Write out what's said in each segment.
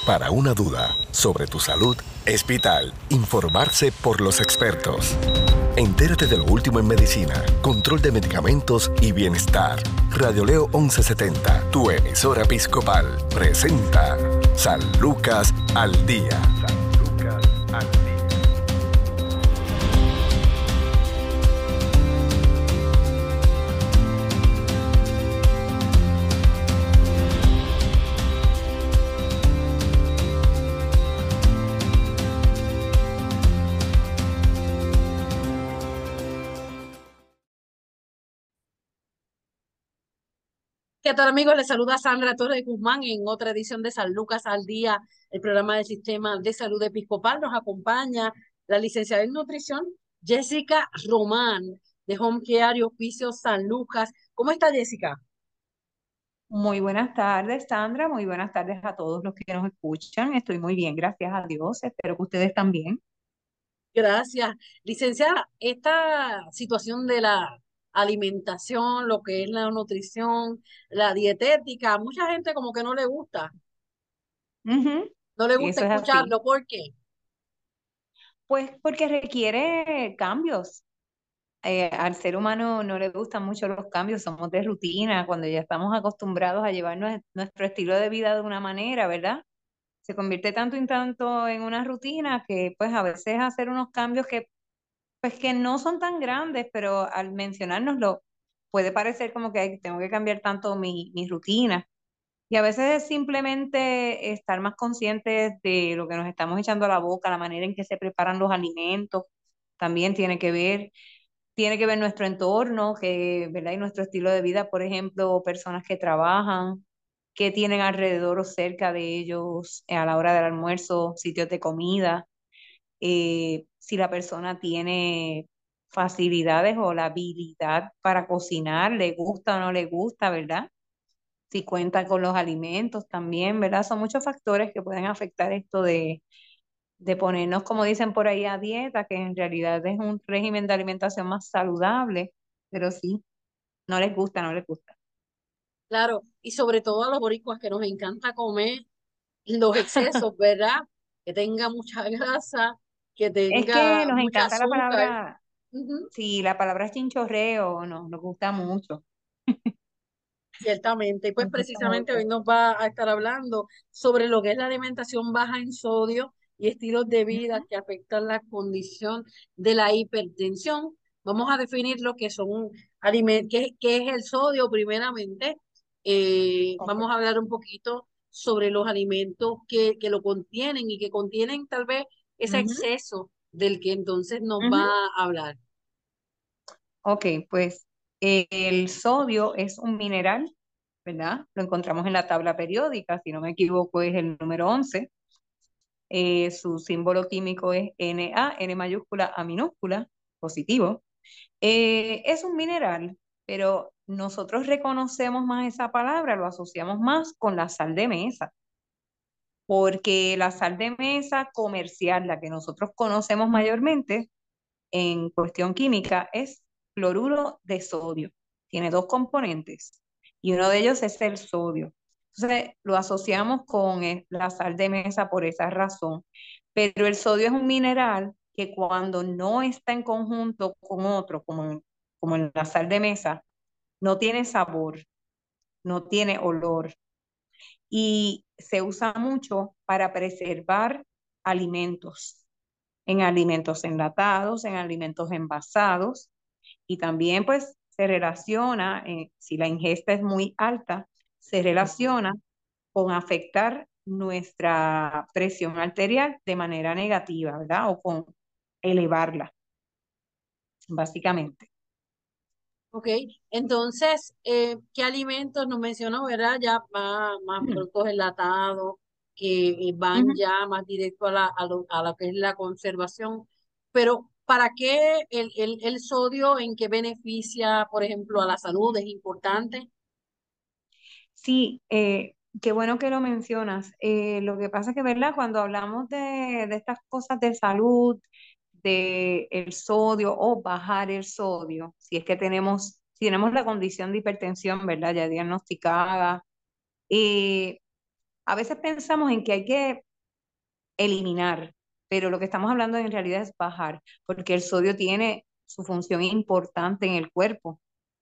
Para una duda sobre tu salud, es vital informarse por los expertos. Entérate de lo último en medicina, control de medicamentos y bienestar. Radio Leo 1170, tu emisora episcopal, presenta San Lucas al Día. San Lucas al Día. ¿Qué tal, amigos? Les saluda Sandra Torres Guzmán en otra edición de San Lucas al Día, el programa del Sistema de Salud Episcopal. Nos acompaña la licenciada en nutrición Jessica Román de Home Care y Hospicio San Lucas. ¿Cómo está, Jessica? Muy buenas tardes, Sandra. Muy buenas tardes a todos los que nos escuchan. Estoy muy bien, gracias a Dios. Espero que ustedes también. Gracias. Licenciada, esta situación de la alimentación, lo que es la nutrición, la dietética, a mucha gente como que no le gusta, Ujú. no le Sí, gusta eso es así. escucharlo. ¿Por qué? Pues porque requiere cambios. Al ser humano no le gustan mucho los cambios, somos de rutina, cuando ya estamos acostumbrados a llevar nuestro estilo de vida de una manera, ¿verdad? Se convierte tanto en tanto en una rutina que pues a veces hacer unos cambios que pues que no son tan grandes, pero al mencionárnoslo puede parecer como que "Ay, tengo que cambiar tanto mi rutina". Y a veces es simplemente estar más conscientes de lo que nos estamos echando a la boca, la manera en que se preparan los alimentos, también tiene que ver nuestro entorno, que, ¿verdad? Y nuestro estilo de vida, por ejemplo, personas que trabajan, que tienen alrededor o cerca de ellos a la hora del almuerzo, sitios de comida, si la persona tiene facilidades o la habilidad para cocinar, le gusta o no le gusta, ¿verdad? Si cuenta con los alimentos también, ¿verdad? Son muchos factores que pueden afectar esto de ponernos, como dicen por ahí, a dieta, que en realidad es un régimen de alimentación más saludable, pero sí, no les gusta, no les gusta. Claro, y sobre todo a los boricuas que nos encanta comer los excesos, ¿verdad? Que tenga mucha grasa, que Es tenga que nos mucha encanta la azúcar. palabra, Ujú. si la palabra es chinchorreo, nos gusta mucho. Ciertamente, y pues Nos gusta precisamente hoy mucho. nos va a estar hablando sobre lo que es la alimentación baja en sodio y estilos de vida Ujú. que afectan la condición de la hipertensión. Vamos a definir lo que son alimentos, qué es el sodio primeramente. Ok. Vamos a hablar un poquito sobre los alimentos que lo contienen y que contienen tal vez ese Ujú, exceso del que entonces nos va ujú. a hablar. Ok, pues el sodio es un mineral, ¿verdad? Lo encontramos en la tabla periódica, si no me equivoco es el número 11. Su símbolo químico es Na, N mayúscula, A minúscula, positivo. Es un mineral, pero nosotros reconocemos más esa palabra, lo asociamos más con la sal de mesa, porque la sal de mesa comercial, la que nosotros conocemos mayormente en cuestión química, es cloruro de sodio. Tiene dos componentes y uno de ellos es el sodio. Entonces lo asociamos con la sal de mesa por esa razón. Pero el sodio es un mineral que cuando no está en conjunto con otro, como en la sal de mesa, no tiene sabor, no tiene olor y se usa mucho para preservar alimentos, en alimentos enlatados, en alimentos envasados y también pues se relaciona, si la ingesta es muy alta, se relaciona con afectar nuestra presión arterial de manera negativa, ¿verdad? O con elevarla, básicamente. Ok, entonces, ¿qué alimentos nos mencionó, verdad? Ya más Mm. productos enlatados que van Ujú. ya más directo a lo que es la conservación. Pero, ¿para qué el sodio, en qué beneficia, por ejemplo, a la salud? ¿Es importante? Sí, qué bueno que lo mencionas. Lo que pasa es que, ¿verdad? Cuando hablamos de estas cosas de salud, de el sodio o bajar el sodio, si es que si tenemos la condición de hipertensión, ¿verdad? Ya diagnosticada, A veces pensamos en que hay que eliminar, pero lo que estamos hablando en realidad es bajar, porque el sodio tiene su función importante en el cuerpo.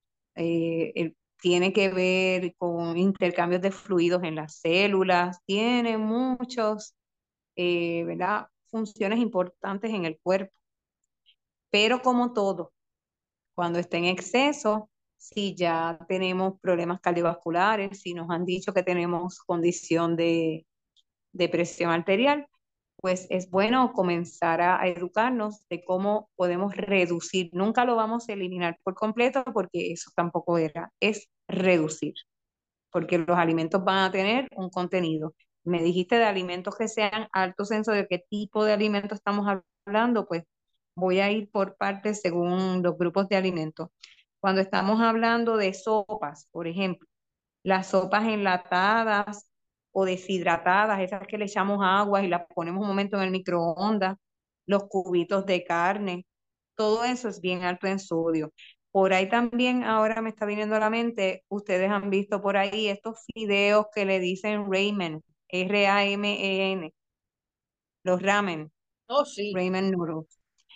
Tiene que ver con intercambios de fluidos en las células, tiene muchos, ¿verdad? Funciones importantes en el cuerpo, pero como todo, cuando está en exceso, si ya tenemos problemas cardiovasculares, si nos han dicho que tenemos condición de presión arterial, pues es bueno comenzar a educarnos de cómo podemos reducir. Nunca lo vamos a eliminar por completo porque eso tampoco era, es reducir, porque los alimentos van a tener un contenido. Me dijiste de alimentos que sean altos en sodio, ¿qué tipo de alimentos estamos hablando? Pues voy a ir por partes según los grupos de alimentos. Cuando estamos hablando de sopas, por ejemplo, las sopas enlatadas o deshidratadas, esas que le echamos agua y las ponemos un momento en el microondas, los cubitos de carne, todo eso es bien alto en sodio. Por ahí también ahora me está viniendo a la mente, ustedes han visto por ahí estos fideos que le dicen ramen, R-A-M-E-N, los ramen, Oh, sí. ramen noodles.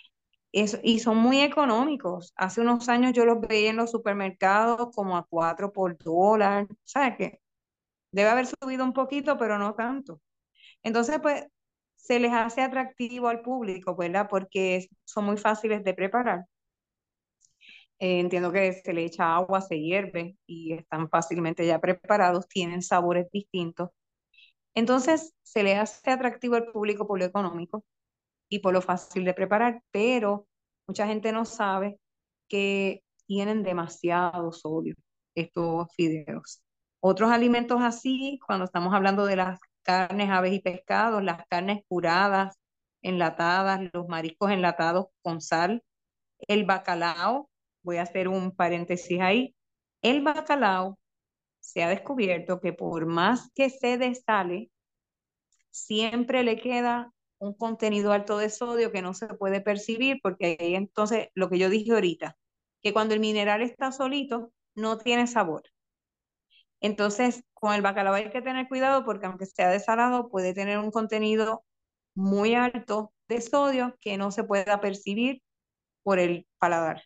Y son muy económicos. Hace unos años yo los veía en los supermercados como a 4 por dólar. ¿Sabes qué? Debe haber subido un poquito, pero no tanto. Entonces, pues, se les hace atractivo al público, ¿verdad? Porque son muy fáciles de preparar. Entiendo que se le echa agua, se hierve y están fácilmente ya preparados, tienen sabores distintos. Entonces, se le hace atractivo al público por lo económico y por lo fácil de preparar, pero mucha gente no sabe que tienen demasiado sodio estos fideos. Otros alimentos así, cuando estamos hablando de las carnes, aves y pescados, las carnes curadas, enlatadas, los mariscos enlatados con sal, el bacalao, voy a hacer un paréntesis ahí, el bacalao se ha descubierto que por más que se desale, siempre le queda un contenido alto de sodio que no se puede percibir, porque ahí entonces lo que yo dije ahorita, que cuando el mineral está solito, no tiene sabor. Entonces, con el bacalao hay que tener cuidado porque aunque sea desalado, puede tener un contenido muy alto de sodio que no se pueda percibir por el paladar.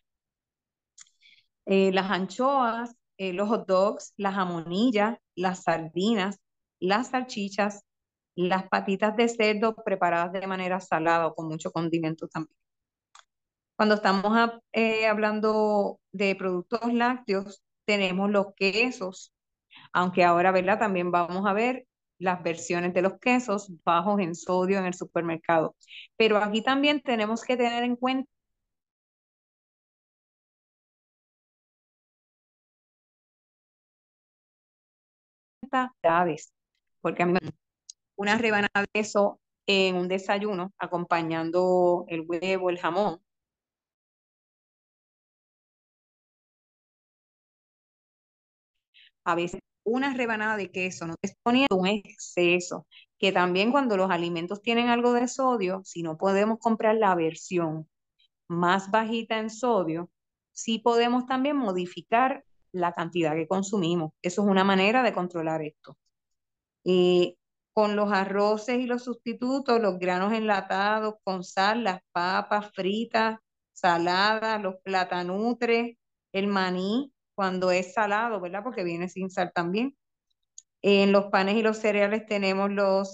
Las anchoas, los hot dogs, las jamonillas, las sardinas, las salchichas, las patitas de cerdo preparadas de manera salada o con mucho condimento también. Cuando estamos hablando de productos lácteos, tenemos los quesos, aunque ahora, ¿verdad? También vamos a ver las versiones de los quesos bajos en sodio en el supermercado. Pero aquí también tenemos que tener en cuenta edades, porque a mí una rebanada de queso en un desayuno acompañando el huevo, el jamón, a veces una rebanada de queso no te está poniendo un exceso, que también cuando los alimentos tienen algo de sodio, si no podemos comprar la versión más bajita en sodio, sí podemos también modificar la cantidad que consumimos. Eso es una manera de controlar esto. Y con los arroces y los sustitutos, los granos enlatados con sal, las papas fritas, saladas, los platanutres, el maní, cuando es salado, ¿verdad? Porque viene sin sal también. En los panes y los cereales tenemos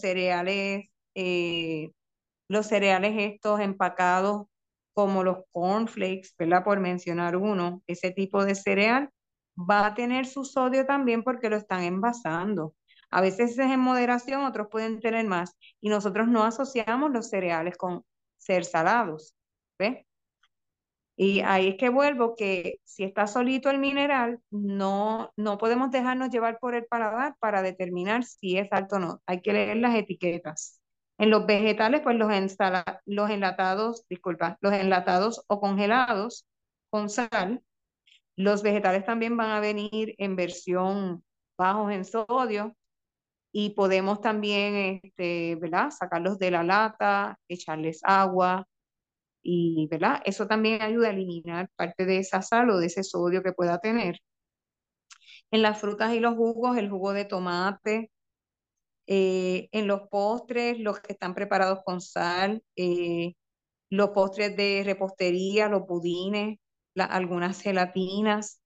los cereales estos empacados como los cornflakes, ¿verdad? Por mencionar uno, ese tipo de cereal va a tener su sodio también porque lo están envasando. A veces es en moderación, otros pueden tener más. Y nosotros no asociamos los cereales con ser salados, ¿ves? Y ahí es que vuelvo que si está solito el mineral, no podemos dejarnos llevar por el paladar para determinar si es alto o no. Hay que leer las etiquetas. En los vegetales, pues los enlatados, disculpa, los enlatados o congelados con sal. Los vegetales también van a venir en versión bajos en sodio y podemos también, ¿verdad? Sacarlos de la lata, echarles agua y, ¿verdad? Eso también ayuda a eliminar parte de esa sal o de ese sodio que pueda tener. En las frutas y los jugos, el jugo de tomate, En los postres, los que están preparados con sal, los postres de repostería, los budines, algunas gelatinas.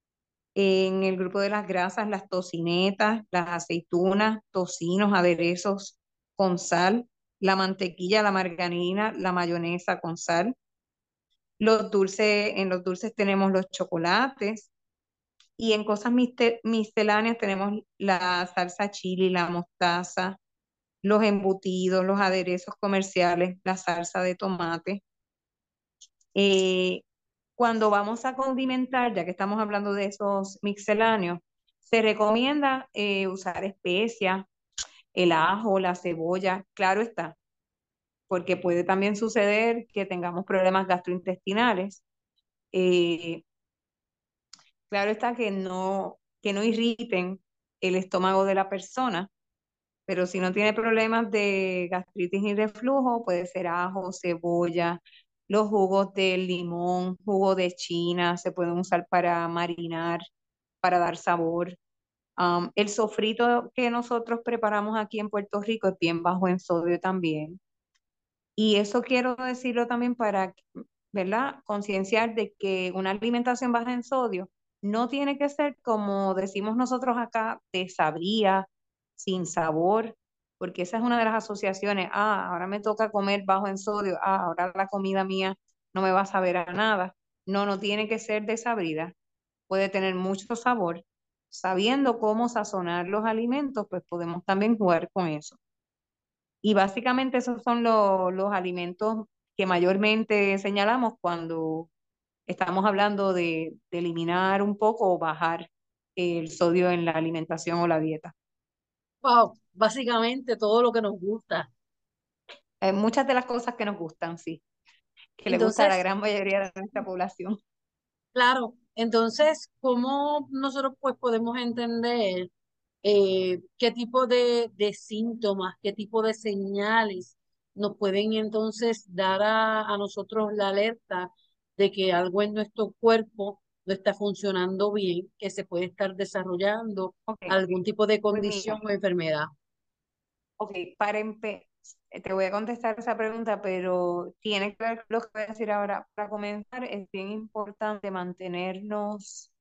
En el grupo de las grasas, las tocinetas, las aceitunas, tocinos, aderezos con sal, la mantequilla, la margarina, la mayonesa con sal. Los dulces, en los dulces tenemos los chocolates y en cosas misceláneas tenemos la salsa chili, la mostaza, los embutidos, los aderezos comerciales, la salsa de tomate. Eh, Cuando vamos a condimentar, ya que estamos hablando de esos misceláneos, se recomienda usar especias, el ajo, la cebolla, claro está, porque puede también suceder que tengamos problemas gastrointestinales. Eh, claro está que no irriten el estómago de la persona, pero si no tiene problemas de gastritis ni reflujo, puede ser ajo, cebolla, los jugos de limón, jugo de china, se pueden usar para marinar, para dar sabor. El sofrito que nosotros preparamos aquí en Puerto Rico es bien bajo en sodio también. Y eso quiero decirlo también para, ¿verdad? Concienciar de que una alimentación baja en sodio no tiene que ser como decimos nosotros acá, desabrida, sin sabor, porque esa es una de las asociaciones. Ah, ahora me toca comer bajo en sodio. Ah, ahora la comida mía no me va a saber a nada. No, no tiene que ser desabrida. Puede tener mucho sabor. Sabiendo cómo sazonar los alimentos, pues podemos también jugar con eso. Y básicamente esos son los alimentos que mayormente señalamos cuando estamos hablando de eliminar un poco o bajar el sodio en la alimentación o la dieta. Wow, básicamente todo lo que nos gusta. Muchas de las cosas que nos gustan, sí, que le gusta a la Entonces, gran mayoría de nuestra población. claro, entonces, ¿cómo nosotros pues podemos entender qué tipo de síntomas, qué tipo de señales nos pueden entonces dar a nosotros la alerta de que algo en nuestro cuerpo no está funcionando bien, que se puede estar desarrollando Ok, algún tipo de pues mira, condición o enfermedad? ok, te voy a contestar esa pregunta, pero tiene que ver con lo que voy a decir ahora. Para comenzar, es bien importante mantenernos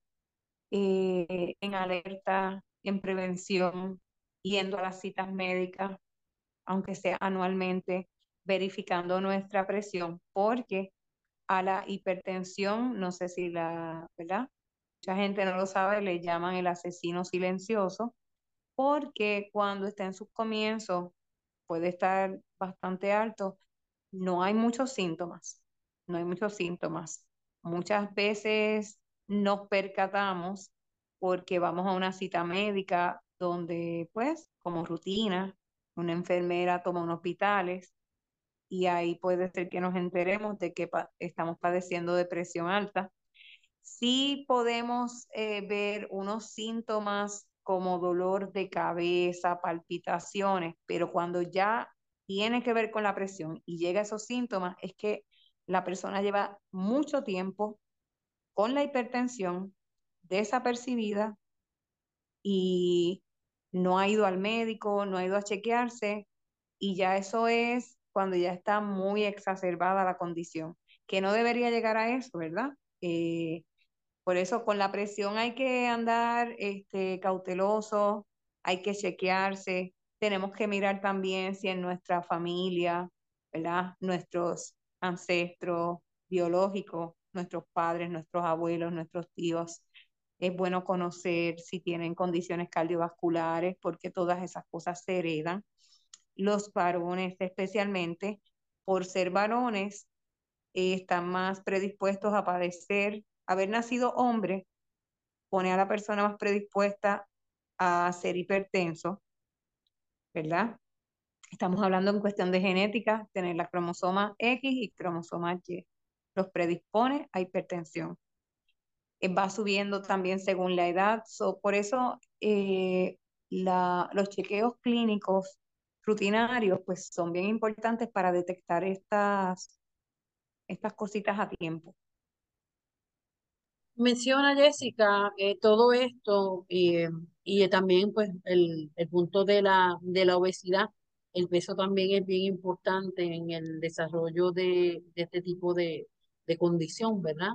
en alerta, en prevención, yendo a las citas médicas, aunque sea anualmente, verificando nuestra presión, porque a la hipertensión, no sé si ¿verdad? Mucha gente no lo sabe, le llaman el asesino silencioso, porque cuando está en sus comienzos puede estar bastante alto, no hay muchos síntomas, no hay muchos síntomas. Muchas veces nos percatamos porque vamos a una cita médica donde, pues, como rutina, una enfermera toma unos vitales y ahí puede ser que nos enteremos de que estamos padeciendo de presión alta. Sí podemos ver unos síntomas como dolor de cabeza, palpitaciones, pero cuando ya tiene que ver con la presión y llega a esos síntomas, es que la persona lleva mucho tiempo con la hipertensión desapercibida y no ha ido al médico, no ha ido a chequearse y ya eso es cuando ya está muy exacerbada la condición, que no debería llegar a eso, ¿verdad? Por eso con la presión hay que andar cauteloso, hay que chequearse, tenemos que mirar también si en nuestra familia, ¿verdad? Nuestros ancestros biológicos, nuestros padres, nuestros abuelos, nuestros tíos, es bueno conocer si tienen condiciones cardiovasculares, porque todas esas cosas se heredan. Los varones especialmente, por ser varones, están más predispuestos a padecer, haber nacido hombre pone a la persona más predispuesta a ser hipertenso, ¿verdad? Estamos hablando en cuestión de genética, tener la cromosoma X y cromosoma Y. Los predispone a hipertensión. Va subiendo también según la edad. Por eso los chequeos clínicos rutinarios pues, son bien importantes para detectar estas cositas a tiempo. Menciona Jessica todo esto Y también, pues, el punto de la obesidad, el peso también es bien importante en el desarrollo de este tipo de condición, ¿verdad?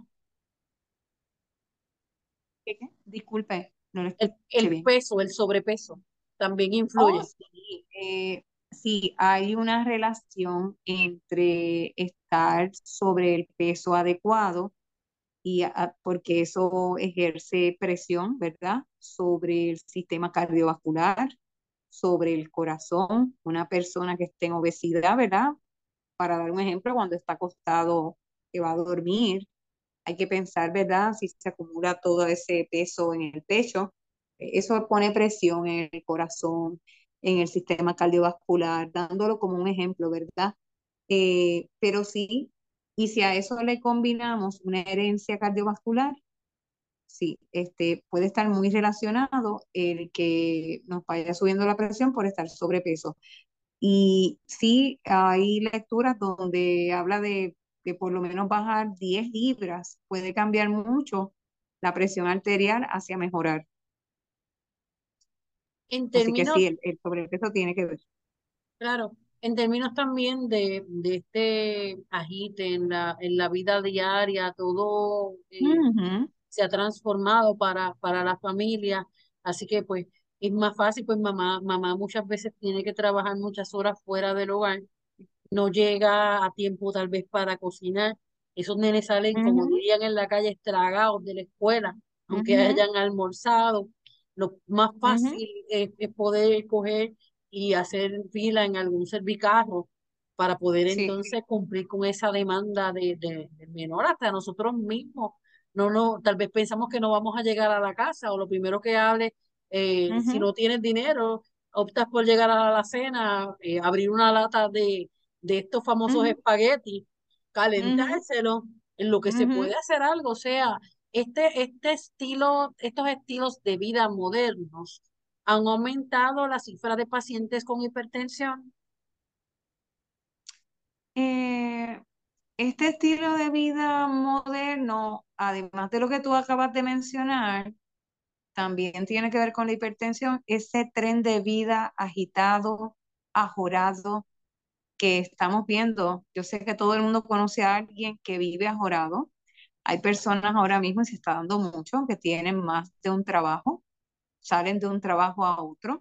¿Qué? Disculpe, no lo escuché El bien. peso, el sobrepeso, también Oh, influye. sí, sí, hay una relación entre estar sobre el peso adecuado y porque eso ejerce presión, ¿verdad? Sobre el sistema cardiovascular, sobre el corazón. Una persona que esté en obesidad, ¿verdad? Para dar un ejemplo, cuando está acostado, que va a dormir, hay que pensar, ¿verdad? Si se acumula todo ese peso en el pecho, eso pone presión en el corazón, en el sistema cardiovascular, dándolo como un ejemplo, ¿verdad? Pero sí, y si a eso le combinamos una herencia cardiovascular, sí, puede estar muy relacionado el que nos vaya subiendo la presión por estar sobrepeso. Y sí, hay lecturas donde habla de por lo menos bajar 10 libras, puede cambiar mucho la presión arterial hacia mejorar. En Así que términos, sí, el sobrepeso tiene que ver. claro, en términos también de este agite en la vida diaria, todo Ujú, se ha transformado para la familia, así que pues es más fácil, pues mamá muchas veces tiene que trabajar muchas horas fuera del hogar, no llega a tiempo tal vez para cocinar, esos nenes salen, como ujú, dirían en la calle, estragados de la escuela, aunque ujú, hayan almorzado, lo más ujú. fácil es poder coger y hacer fila en algún servicarro para poder Sí. entonces cumplir con esa demanda del menor hasta nosotros mismos no, tal vez pensamos que no vamos a llegar a la casa o lo primero que hable, si Ujú, no tienes dinero, optas por llegar a la cena, abrir una lata de estos famosos ujú, espaguetis, ujú, calentárselo, en lo que se ujú. puede hacer algo, o sea, este estilo, estos estilos de vida modernos han aumentado la cifra de pacientes con hipertensión. Eh, este estilo de vida moderno, además de lo que tú acabas de mencionar, también tiene que ver con la hipertensión, ese tren de vida agitado, ajorado que estamos viendo. Yo sé que todo el mundo conoce a alguien que vive ajorado. Hay personas ahora mismo, y se está dando mucho, que tienen más de un trabajo, salen de un trabajo a otro.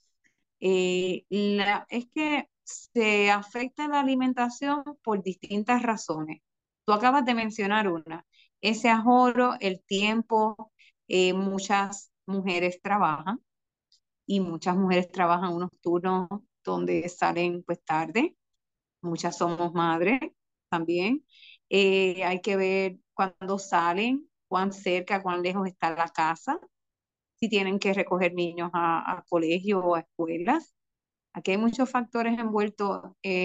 Es que se afecta la alimentación por distintas razones. Tú acabas de mencionar una, ese ahorro, el tiempo, muchas mujeres trabajan y muchas mujeres trabajan unos turnos donde salen pues tarde, muchas somos madres también. Hay que ver cuándo salen, cuán cerca, cuán lejos está la casa, si tienen que recoger niños a colegio o a escuelas. Aquí hay muchos factores envueltos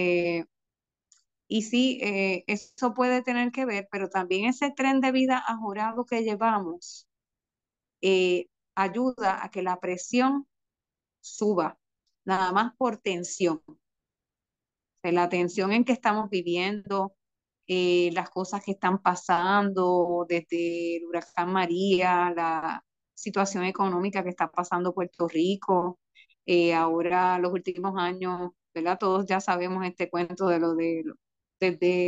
y sí, eso puede tener que ver, pero también ese tren de vida ajorado que llevamos eh, ayuda a que la presión suba, nada más por tensión. O sea, la tensión en que estamos viviendo, las cosas que están pasando desde el huracán María, la situación económica que está pasando Puerto Rico, ahora los últimos años, ¿verdad? Todos ya sabemos este cuento desde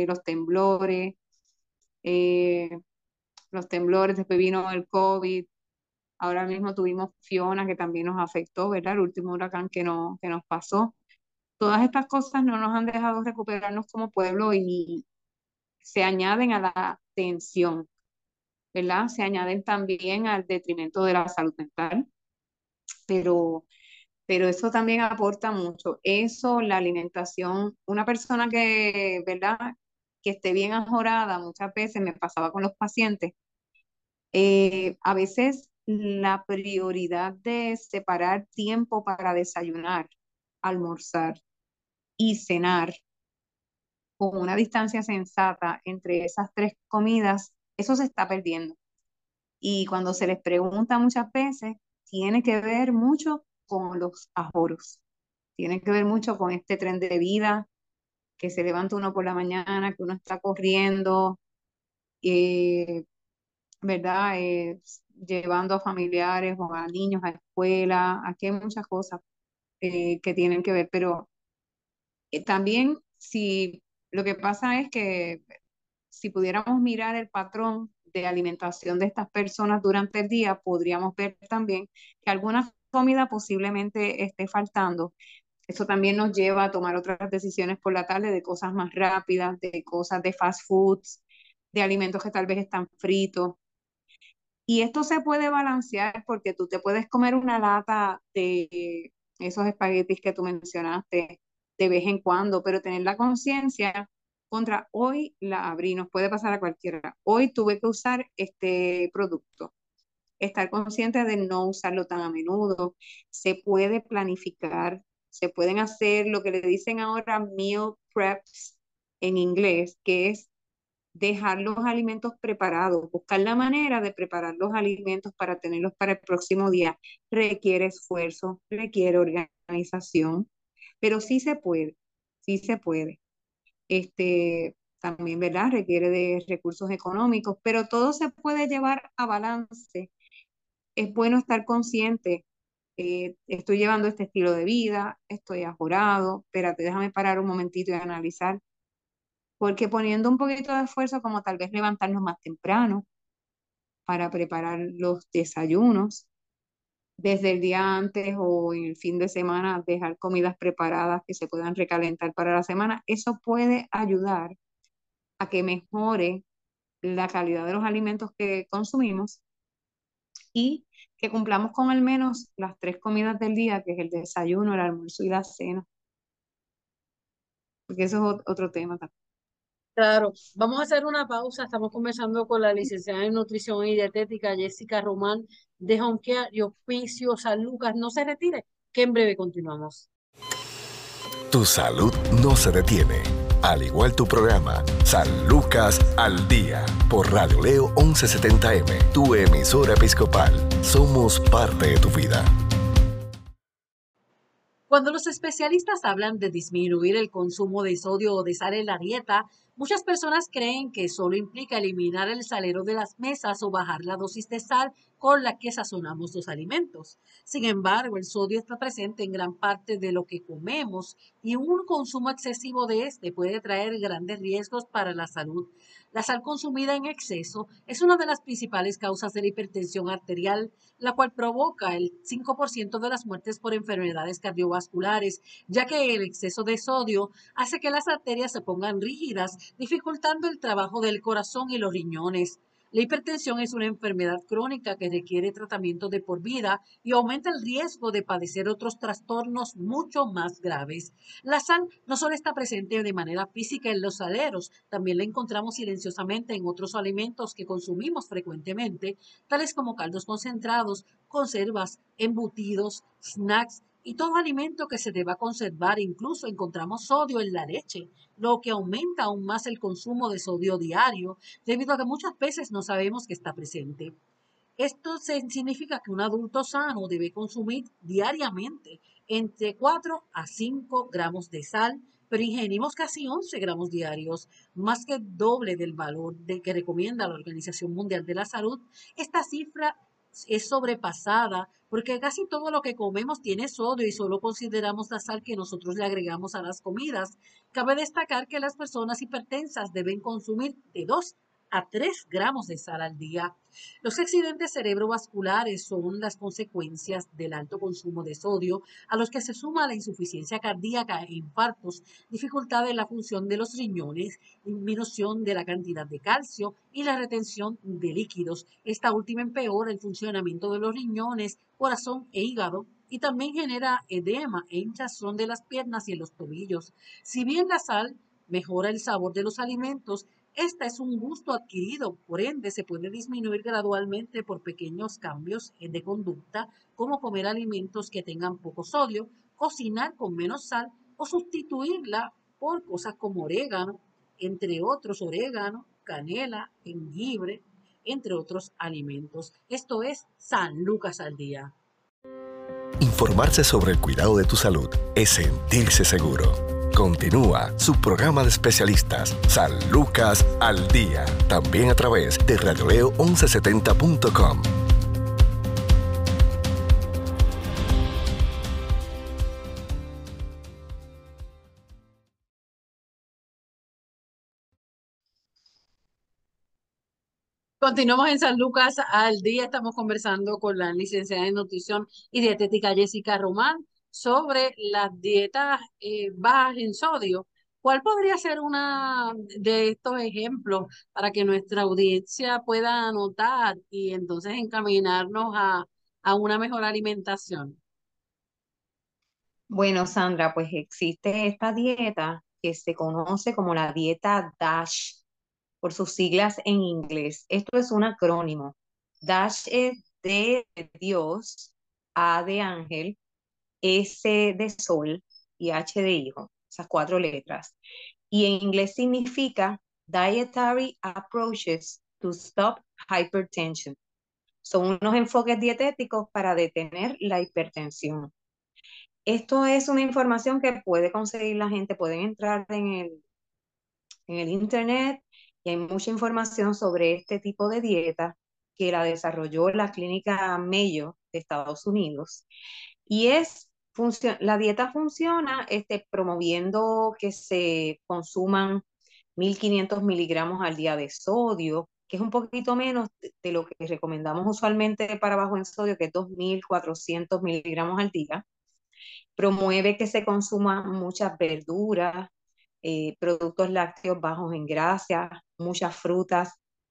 eh, los temblores, después vino el COVID, ahora mismo tuvimos Fiona que también nos afectó, ¿verdad? El último huracán que nos pasó. Todas estas cosas no nos han dejado recuperarnos como pueblo y se añaden a la tensión, ¿verdad? Se añaden también al detrimento de la salud mental, pero, pero eso también aporta mucho. Eso, la alimentación, una persona que, ¿verdad? Que esté bien ajorada, muchas veces me pasaba con los pacientes, a veces la prioridad de separar tiempo para desayunar, almorzar y cenar con una distancia sensata entre esas tres comidas, eso se está perdiendo. Y cuando se les pregunta muchas veces, tiene que ver mucho con los ahorros, tiene que ver mucho con este tren de vida, que se levanta uno por la mañana, que uno está corriendo, eh, ¿verdad? llevando a familiares o a niños a escuela. Aquí hay muchas cosas que tienen que ver, pero también si lo que pasa es que si pudiéramos mirar el patrón de alimentación de estas personas durante el día, podríamos ver también que alguna comida posiblemente esté faltando. Eso también nos lleva a tomar otras decisiones por la tarde de cosas más rápidas, de cosas de fast foods, de alimentos que tal vez están fritos. Y esto se puede balancear porque tú te puedes comer una lata de esos espaguetis que tú mencionaste de vez en cuando, pero tener la conciencia contra hoy la abrí, nos puede pasar a cualquiera. Hoy tuve que usar este producto. Estar consciente de no usarlo tan a menudo. Se puede planificar, se pueden hacer lo que le dicen ahora meal preps en inglés, que es dejar los alimentos preparados, buscar la manera de preparar los alimentos para tenerlos para el próximo día. Requiere esfuerzo, requiere organización, pero sí se puede, sí se puede. También, ¿verdad? Requiere de recursos económicos, pero todo se puede llevar a balance. Es bueno estar consciente. Estoy llevando este estilo de vida, estoy ajorado, espérate, déjame parar un momentito y analizar, porque poniendo un poquito de esfuerzo, como tal vez levantarnos más temprano para preparar los desayunos, desde el día antes o en el fin de semana, dejar comidas preparadas que se puedan recalentar para la semana, eso puede ayudar a que mejore la calidad de los alimentos que consumimos y que cumplamos con al menos las 3 comidas del día, que es el desayuno, el almuerzo y la cena, porque eso es otro tema también. Claro, vamos a hacer una pausa. Estamos conversando con la licenciada en nutrición y dietética Jessica Román de Home Care y Hospicio San Lucas. No se retire, que en breve continuamos. Tu salud no se detiene. Al igual tu programa, San Lucas al Día, por Radio Leo 1170M, tu emisora episcopal. Somos parte de tu vida. Cuando los especialistas hablan de disminuir el consumo de sodio o de sal en la dieta, muchas personas creen que solo implica eliminar el salero de las mesas o bajar la dosis de sal con la que sazonamos los alimentos. Sin embargo, el sodio está presente en gran parte de lo que comemos y un consumo excesivo de este puede traer grandes riesgos para la salud. La sal consumida en exceso es una de las principales causas de la hipertensión arterial, la cual provoca el 5% de las muertes por enfermedades cardiovasculares, ya que el exceso de sodio hace que las arterias se pongan rígidas, dificultando el trabajo del corazón y los riñones. La hipertensión es una enfermedad crónica que requiere tratamiento de por vida y aumenta el riesgo de padecer otros trastornos mucho más graves. La sal no solo está presente de manera física en los saleros, también la encontramos silenciosamente en otros alimentos que consumimos frecuentemente, tales como caldos concentrados, conservas, embutidos, snacks y todo alimento que se deba conservar. Incluso encontramos sodio en la leche, lo que aumenta aún más el consumo de sodio diario, debido a que muchas veces no sabemos que está presente. Esto significa que un adulto sano debe consumir diariamente entre 4 a 5 gramos de sal, pero ingerimos casi 11 gramos diarios, más que el doble del valor que recomienda la Organización Mundial de la Salud. Esta cifra es sobrepasada porque casi todo lo que comemos tiene sodio y solo consideramos la sal que nosotros le agregamos a las comidas. Cabe destacar que las personas hipertensas deben consumir de 2 a 3 gramos de sal al día. Los accidentes cerebrovasculares son las consecuencias del alto consumo de sodio, a los que se suma la insuficiencia cardíaca e infartos, dificultad en la función de los riñones, disminución de la cantidad de calcio y la retención de líquidos. Esta última empeora el funcionamiento de los riñones, corazón e hígado, y también genera edema e hinchazón de las piernas y en los tobillos. Si bien la sal mejora el sabor de los alimentos, esta es un gusto adquirido, por ende se puede disminuir gradualmente por pequeños cambios de conducta, como comer alimentos que tengan poco sodio, cocinar con menos sal o sustituirla por cosas como orégano, entre otros orégano, canela, jengibre, entre otros alimentos. Esto es San Lucas al Día. Informarse sobre el cuidado de tu salud es sentirse seguro. Continúa su programa de especialistas, San Lucas al Día, también a través de radioleo1170.com. Continuamos en San Lucas al día. Estamos conversando con la licenciada en nutrición y dietética Jessica Román sobre las dietas bajas en sodio. ¿Cuál podría ser una de estos ejemplos para que nuestra audiencia pueda anotar y entonces encaminarnos a una mejor alimentación? Bueno, Sandra, pues existe esta dieta que se conoce como la dieta DASH, por sus siglas en inglés. Esto es un acrónimo. DASH es D de Dios, A de ángel, S de sol y H de hijo, esas cuatro letras. Y en inglés significa Dietary Approaches to Stop Hypertension. Son unos enfoques dietéticos para detener la hipertensión. Esto es una información que puede conseguir la gente, pueden entrar en el internet y hay mucha información sobre este tipo de dieta que la desarrolló la clínica Mayo de Estados Unidos. Y la dieta funciona promoviendo que se consuman 1.500 miligramos al día de sodio, que es un poquito menos de lo que recomendamos usualmente para bajo en sodio, que es 2.400 miligramos al día. Promueve que se consuman muchas verduras, productos lácteos bajos en grasa, muchas frutas,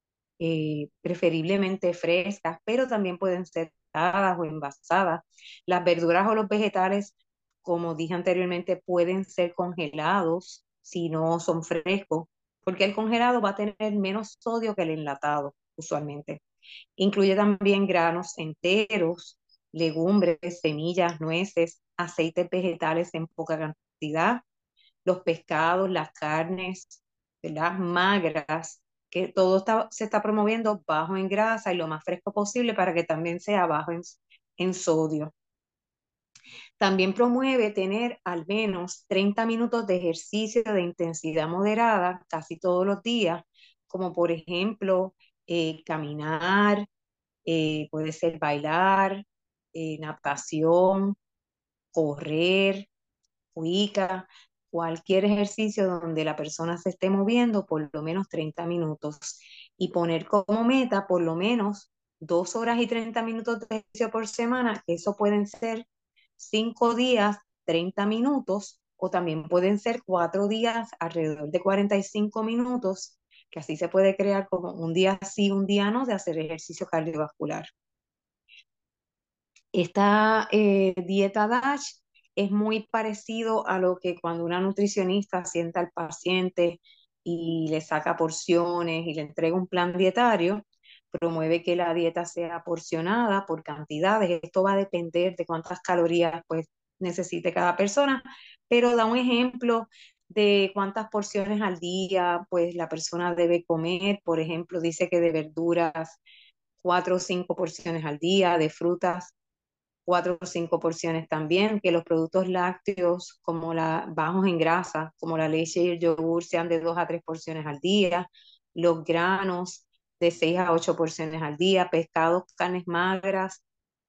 preferiblemente frescas, pero también pueden ser o envasadas. Las verduras o los vegetales, como dije anteriormente, pueden ser congelados si no son frescos, porque el congelado va a tener menos sodio que el enlatado, usualmente. Incluye también granos enteros, legumbres, semillas, nueces, aceites vegetales en poca cantidad, los pescados, las carnes, ¿verdad? Magras, que se está promoviendo bajo en grasa y lo más fresco posible para que también sea bajo en sodio. También promueve tener al menos 30 minutos de ejercicio de intensidad moderada casi todos los días, como por ejemplo caminar, puede ser bailar, natación, correr, cuica, cualquier ejercicio donde la persona se esté moviendo por lo menos 30 minutos y poner como meta por lo menos 2 horas y 30 minutos de ejercicio por semana, que eso pueden ser 5 días, 30 minutos, o también pueden ser 4 días, alrededor de 45 minutos, que así se puede crear como un día sí, un día no, de hacer ejercicio cardiovascular. Esta dieta DASH es muy parecido a lo que cuando una nutricionista sienta al paciente y le saca porciones y le entrega un plan dietario, promueve que la dieta sea porcionada por cantidades. Esto va a depender de cuántas calorías pues necesite cada persona, pero da un ejemplo de cuántas porciones al día pues la persona debe comer. Por ejemplo, dice que de verduras 4 o 5 porciones al día, de frutas 4 o 5 porciones también, que los productos lácteos bajos en grasa, como la leche y el yogur, sean de 2 a 3 porciones al día, los granos de 6 a 8 porciones al día, pescados, carnes magras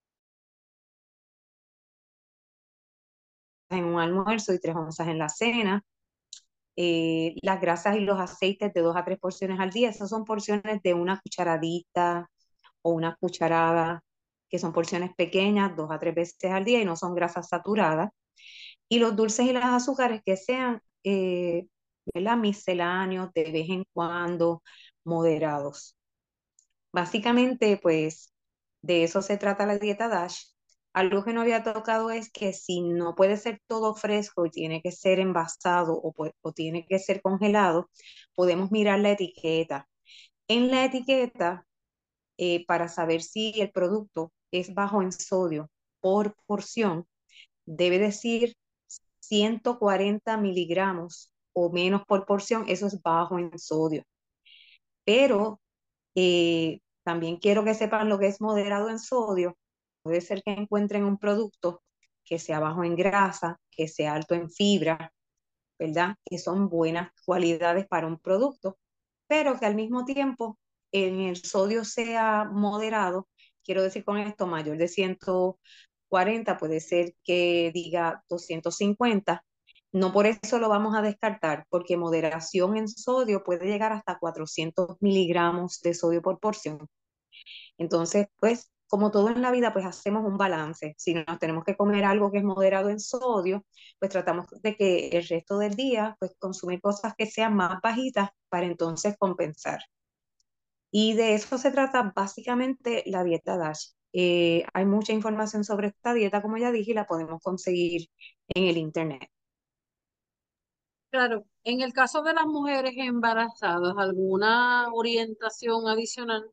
en un almuerzo y 3 onzas en la cena. Las grasas y los aceites de 2 a 3 porciones al día, esas son porciones de una cucharadita o una cucharada, que son porciones pequeñas, 2 a 3 veces al día y no son grasas saturadas. Y los dulces y los azúcares que sean, ¿verdad? Misceláneos, de vez en cuando, moderados. Básicamente, pues, de eso se trata la dieta DASH. Algo que no había tocado es que si no puede ser todo fresco y tiene que ser envasado o tiene que ser congelado, podemos mirar la etiqueta. En la etiqueta, para saber si el producto es bajo en sodio por porción, debe decir 140 miligramos o menos por porción, eso es bajo en sodio. Pero también quiero que sepan lo que es moderado en sodio. Puede ser que encuentren un producto que sea bajo en grasa, que sea alto en fibra, ¿verdad? Que son buenas cualidades para un producto, pero que al mismo tiempo en el sodio sea moderado. Quiero decir con esto, mayor de 140, puede ser que diga 250, No por eso lo vamos a descartar, porque moderación en sodio puede llegar hasta 400 miligramos de sodio por porción. Entonces, pues, como todo en la vida, pues hacemos un balance. Si nos tenemos que comer algo que es moderado en sodio, pues tratamos de que el resto del día, pues consumir cosas que sean más bajitas para entonces compensar. Y de eso se trata básicamente la dieta DASH. Hay mucha información sobre esta dieta, como ya dije, y la podemos conseguir en el internet. Claro, en el caso de las mujeres embarazadas, ¿alguna orientación adicional?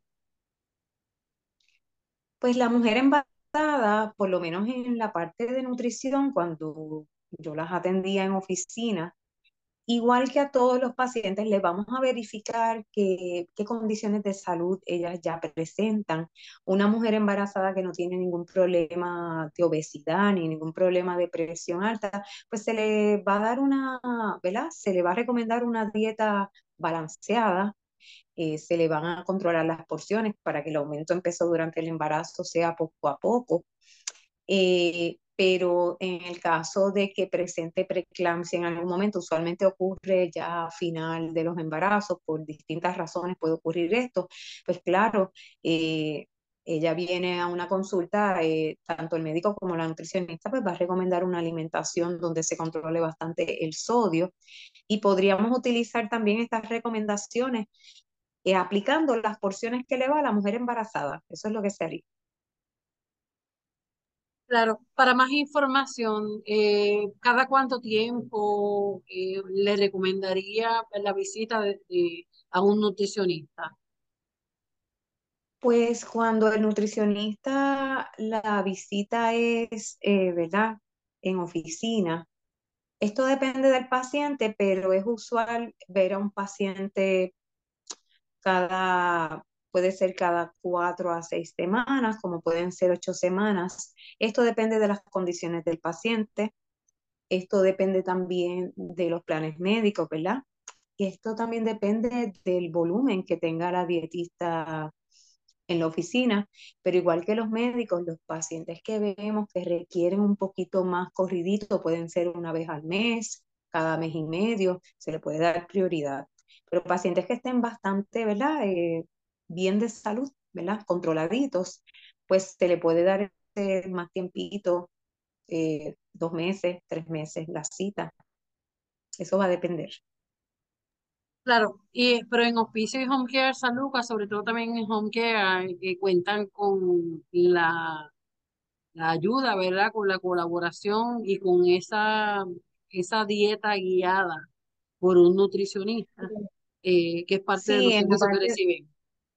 Pues la mujer embarazada, por lo menos en la parte de nutrición, cuando yo las atendía en oficina, igual que a todos los pacientes, les vamos a verificar qué condiciones de salud ellas ya presentan. Una mujer embarazada que no tiene ningún problema de obesidad ni ningún problema de presión alta, pues se le va a dar una, ¿verdad? Se le va a recomendar una dieta balanceada. Se le van a controlar las porciones para que el aumento empezó durante el embarazo sea poco a poco. Pero en el caso de que presente preeclampsia en algún momento, usualmente ocurre ya a final de los embarazos, por distintas razones puede ocurrir esto, pues claro, eh, ella viene a una consulta, tanto el médico como la nutricionista, pues va a recomendar una alimentación donde se controle bastante el sodio y podríamos utilizar también estas recomendaciones aplicando las porciones que le va a la mujer embarazada. Eso es lo que se haría. Claro, para más información, ¿cada cuánto tiempo le recomendaría la visita a un nutricionista? Pues cuando el nutricionista la visita es, ¿verdad? En oficina. Esto depende del paciente, pero es usual ver a un paciente cada, puede ser cada 4 a 6 semanas, como pueden ser 8 semanas. Esto depende de las condiciones del paciente. Esto depende también de los planes médicos, ¿verdad? Y esto también depende del volumen que tenga la dietista en la oficina, pero igual que los médicos, los pacientes que vemos que requieren un poquito más corridito, pueden ser una vez al mes, cada mes y medio, se le puede dar prioridad. Pero pacientes que estén bastante, ¿verdad? Bien de salud, ¿verdad? Controladitos, pues se le puede dar más tiempito, 2 meses, 3 meses, la cita. Eso va a depender. Claro, pero en Hospicio y Home Care San Lucas, sobre todo también en Home Care, cuentan con la ayuda, ¿verdad? Con la colaboración y con esa dieta guiada por un nutricionista, que es parte de Sí, los en la servicios que parte, reciben.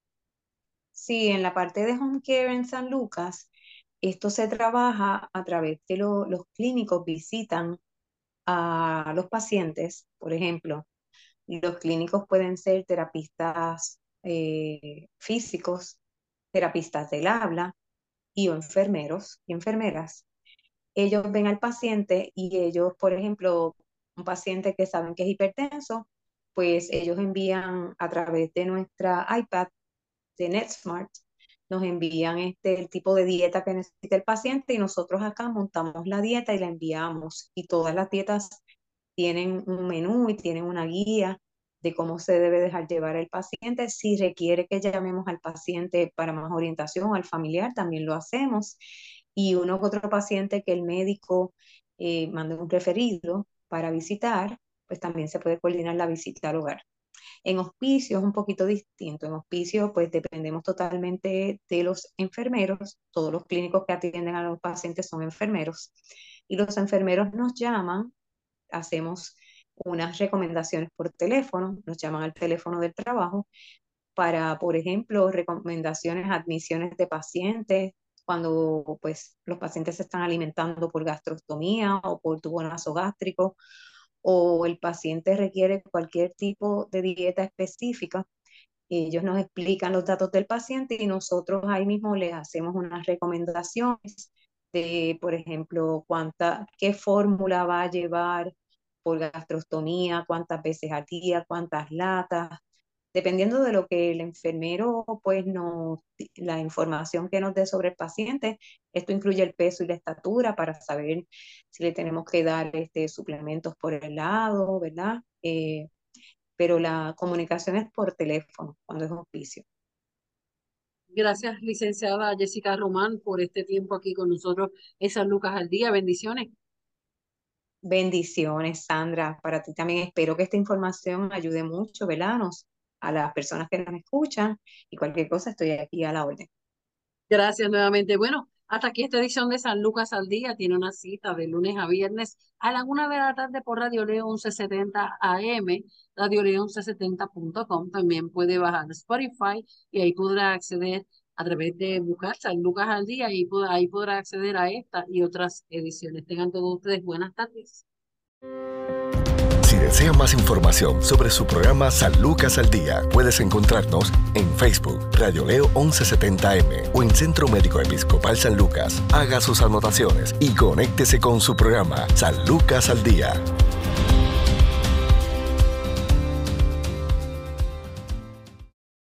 Sí, en la parte de home care en San Lucas, esto se trabaja a través de los clínicos visitan a los pacientes, por ejemplo, los clínicos pueden ser terapistas físicos, terapistas del habla y o enfermeros y enfermeras. Ellos ven al paciente y ellos, por ejemplo, un paciente que saben que es hipertenso, pues ellos envían a través de nuestra iPad de NetSmart, nos envían el tipo de dieta que necesita el paciente y nosotros acá montamos la dieta y la enviamos. Y todas las dietas tienen un menú y tienen una guía de cómo se debe dejar llevar el paciente. Si requiere que llamemos al paciente para más orientación o al familiar, también lo hacemos. Y uno que otro paciente que el médico mande un referido para visitar, pues también se puede coordinar la visita al hogar. En hospicio es un poquito distinto. En hospicio, pues dependemos totalmente de los enfermeros. Todos los clínicos que atienden a los pacientes son enfermeros. Y los enfermeros nos llaman, hacemos unas recomendaciones por teléfono, nos llaman al teléfono del trabajo para, por ejemplo, recomendaciones, admisiones de pacientes, cuando pues los pacientes se están alimentando por gastrostomía o por tubo nasogástrico o el paciente requiere cualquier tipo de dieta específica, ellos nos explican los datos del paciente y nosotros ahí mismo les hacemos unas recomendaciones de, por ejemplo, qué fórmula va a llevar por gastrostomía, cuántas veces al día, cuántas latas, dependiendo de lo que el enfermero, pues, la información que nos dé sobre el paciente, esto incluye el peso y la estatura para saber si le tenemos que dar suplementos por el lado, ¿verdad? Pero la comunicación es por teléfono cuando es hospicio. Gracias, licenciada Jessica Román, por este tiempo aquí con nosotros en San Lucas al Día. Bendiciones. Bendiciones, Sandra. Para ti también espero que esta información ayude mucho, ¿verdad? A las personas que nos escuchan y cualquier cosa estoy aquí a la orden. Gracias nuevamente. Bueno, hasta aquí esta edición de San Lucas al Día. Tiene una cita de lunes a viernes a la 1 de la tarde por Radio Leo 1170 AM, radioleo1170.com. También puede bajar Spotify y ahí podrá acceder a través de buscar San Lucas al Día y ahí podrá acceder a esta y otras ediciones. Tengan todos ustedes buenas tardes. Si desea más información sobre su programa San Lucas al Día, puedes encontrarnos en Facebook, Radio Leo 1170M o en Centro Médico Episcopal San Lucas. Haga sus anotaciones y conéctese con su programa San Lucas al Día.